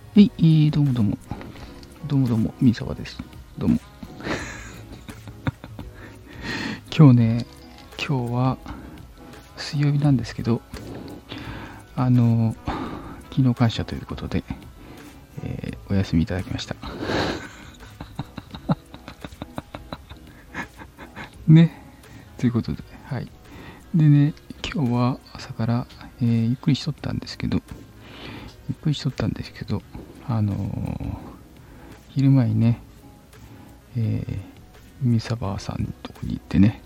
はい、どうもどうも。どうもどうも、みさわです。どうも。今日は水曜日なんですけど、昨日感謝ということで、お休みいただきました。ね。ということで、はい。でね、今日は朝から、ゆっくりしとったんですけど、昼前にね、三沢さんのとこに行ってね、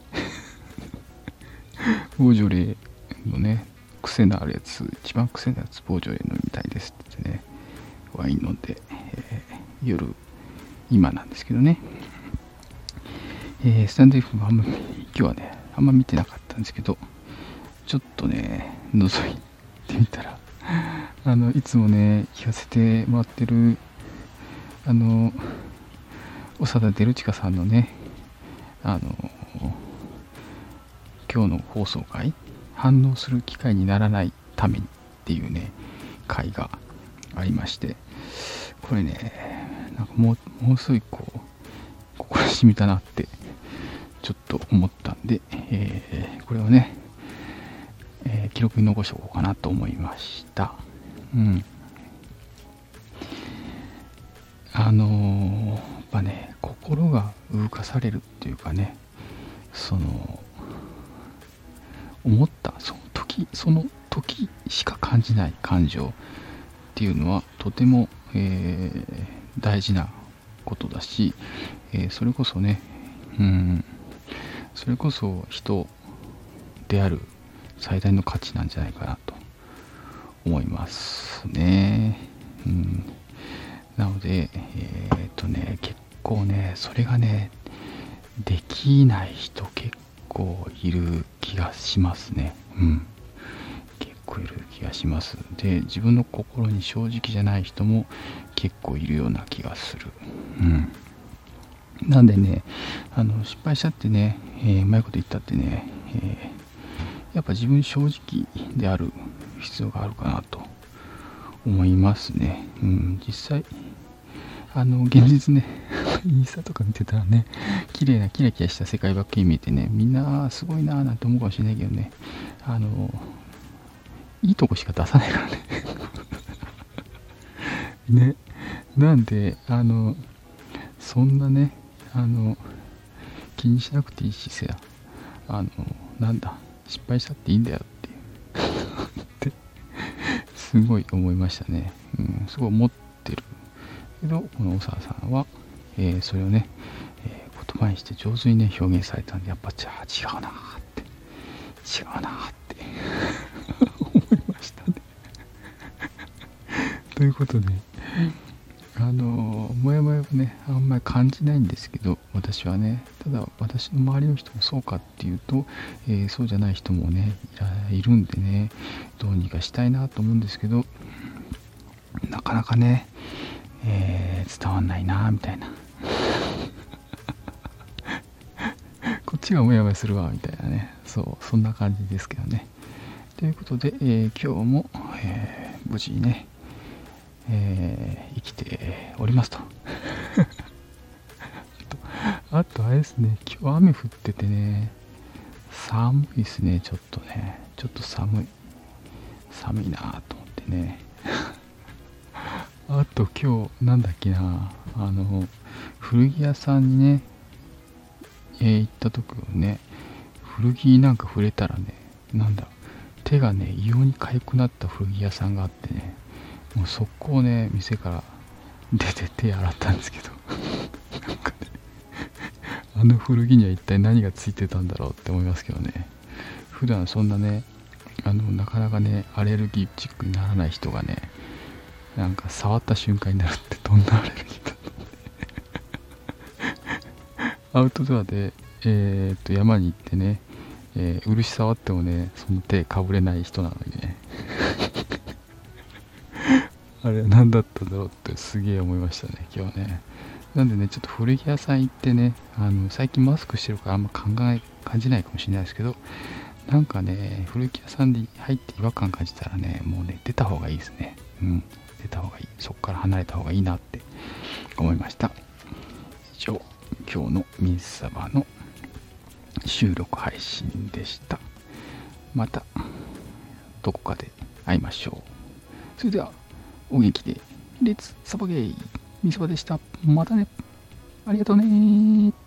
ボージョレーのね、癖のあるやつ、一番癖のやつ、ボージョレー飲みたいですってね、ワイン飲んで、夜、今なんですけどね、スタンド F も今日はね、あんま見てなかったんですけど、ちょっとね、覗いてみたら、いつもね、聞かせてもらってる、長田デルチカさんのね、今日の放送回、反応する機会にならないためにっていうね、回がありまして、これね、なんかもうすぐ心しみたなってちょっと思ったんで、これをね、記録に残しておこうかなと思いました。やっぱね、心が動かされるっていうかね、思ったその時しか感じない感情っていうのはとても、大事なことだし、それこそね、それこそ人である最大の価値なんじゃないかなと思いますね。なので、結構ね、それがね、できない人結構いる気がしますね。結構いる気がします。で、自分の心に正直じゃない人も結構いるような気がする。なんでね、失敗しちゃってね、うまいこと言ったってね、やっぱ自分に正直である必要があるかなと思いますね。実際、現実ね、インスタとか見てたらね、綺麗なキラキラした世界ばっかり見えてね、みんなすごいなぁなんて思うかもしれないけどね、いいとこしか出さないからね。ね。なんで、そんなね、気にしなくていいしさ、失敗したっていいんだよっていう、ってすごい思いましたね。すごい思ってる。けど、この大沢さんは、それをね、言葉にして上手にね、表現されたんで、やっぱ違うなーって思いましたね。ということで、もやもやはね、あんまり感じないんですけど、私はね、ただ私の周りの人もそうかっていうと、そうじゃない人もね、いるんでね、どうにかしたいなと思うんですけど、なかなかね、伝わんないなみたいな。こっちがもやもやするわみたいなね、そんな感じですけどね。ということで、今日も、無事にね、生きておりますと。あとあれですね、今日雨降っててね、寒いですね、ちょっと寒いなぁと思ってね。あと今日なんだっけな、古着屋さんにね、行った時ね、古着なんか触れたらね、手がね異様に痒くなった古着屋さんがあってね、もう速攻ね、店から出て手洗ったんですけど、なんかね、古着には一体何がついてたんだろうって思いますけどね。普段そんなね、なかなかね、アレルギーチックにならない人がね、なんか触った瞬間になるってどんなアレルギーだと。アウトドアで、山に行ってね、漆触ってもね、その手かぶれない人なのにね。あれ何だったんだろうってすげえ思いましたね、今日ね。なんでね、ちょっと古着屋さん行ってね、最近マスクしてるからあんま感じないかもしれないですけど、なんかね、古着屋さんで入って違和感感じたらね、もうね、出た方がいいですね。出出た方がいい、そこから離れた方がいいなって思いました。以上、今日のミンサバの収録配信でした。またどこかで会いましょう。それではお元気で、レッツサバゲー、ミンサバでした。またね。ありがとうね。